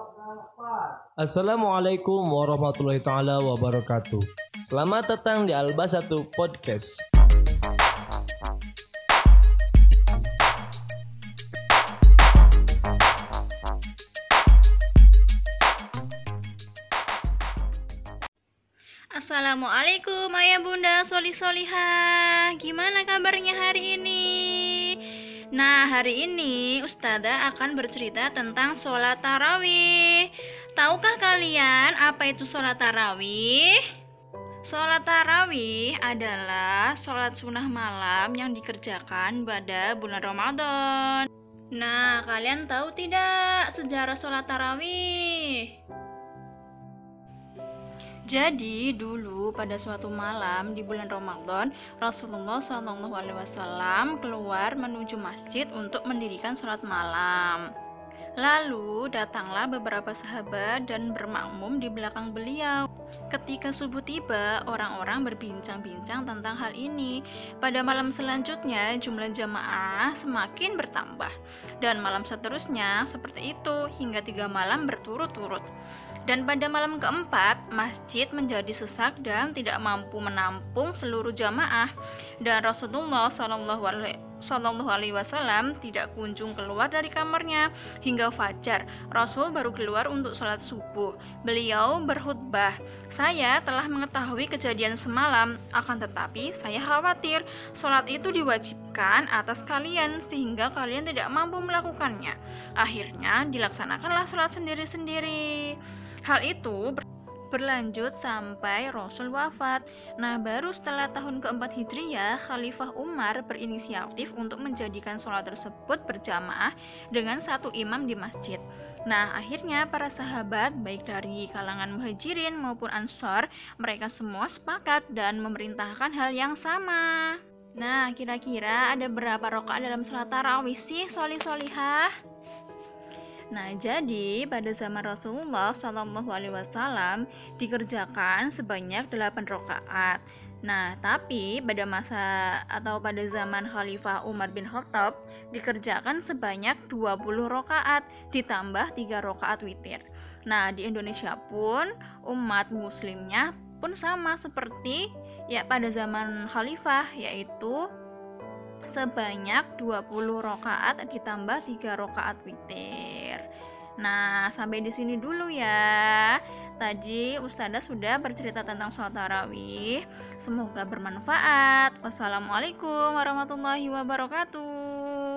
Assalamualaikum warahmatullahi taala wabarakatuh. Selamat datang di Albasatu Podcast. Assalamualaikum ayah bunda solih-solihah. Gimana kabarnya hari ini? Nah, hari ini Ustazah akan bercerita tentang sholat tarawih. Tahukah kalian apa itu sholat tarawih? Sholat tarawih adalah sholat sunnah malam yang dikerjakan pada bulan Ramadan. Nah, kalian tahu tidak sejarah sholat tarawih? Jadi dulu pada suatu malam di bulan Ramadan, Rasulullah SAW keluar menuju masjid untuk mendirikan sholat malam. Lalu datanglah beberapa sahabat dan bermakmum di belakang beliau. Ketika subuh tiba, orang-orang berbincang-bincang tentang hal ini. Pada malam selanjutnya, jumlah jamaah semakin bertambah. Dan malam seterusnya seperti itu hingga 3 malam berturut-turut. Dan pada malam keempat, masjid menjadi sesak dan tidak mampu menampung seluruh jamaah. Dan Rasulullah SAW tidak kunjung keluar dari kamarnya hingga fajar. Rasul baru keluar untuk sholat subuh. Beliau berkhutbah, "Saya telah mengetahui kejadian semalam, akan tetapi saya khawatir sholat itu diwajibkan atas kalian sehingga kalian tidak mampu melakukannya. Akhirnya dilaksanakanlah sholat sendiri-sendiri." Hal itu berlanjut sampai Rasul wafat. Nah, baru setelah tahun keempat Hijriyah, Khalifah Umar berinisiatif untuk menjadikan sholat tersebut berjamaah dengan satu imam di masjid. Nah, akhirnya para sahabat, baik dari kalangan muhajirin maupun ansor, mereka semua sepakat dan memerintahkan hal yang sama. Nah, kira-kira ada berapa rakaat dalam sholat tarawih sih, solih-solihah? Nah, jadi pada zaman Rasulullah SAW dikerjakan sebanyak 8 rakaat. Nah, tapi pada pada zaman Khalifah Umar bin Khattab dikerjakan sebanyak 20 rakaat ditambah 3 rakaat witir. Nah, di Indonesia pun umat muslimnya pun sama seperti pada zaman Khalifah, yaitu sebanyak 20 rakaat ditambah 3 rakaat witir. Nah, sampai di sini dulu ya. Tadi Ustazah sudah bercerita tentang sholat tarawih. Semoga bermanfaat. Wassalamualaikum warahmatullahi wabarakatuh.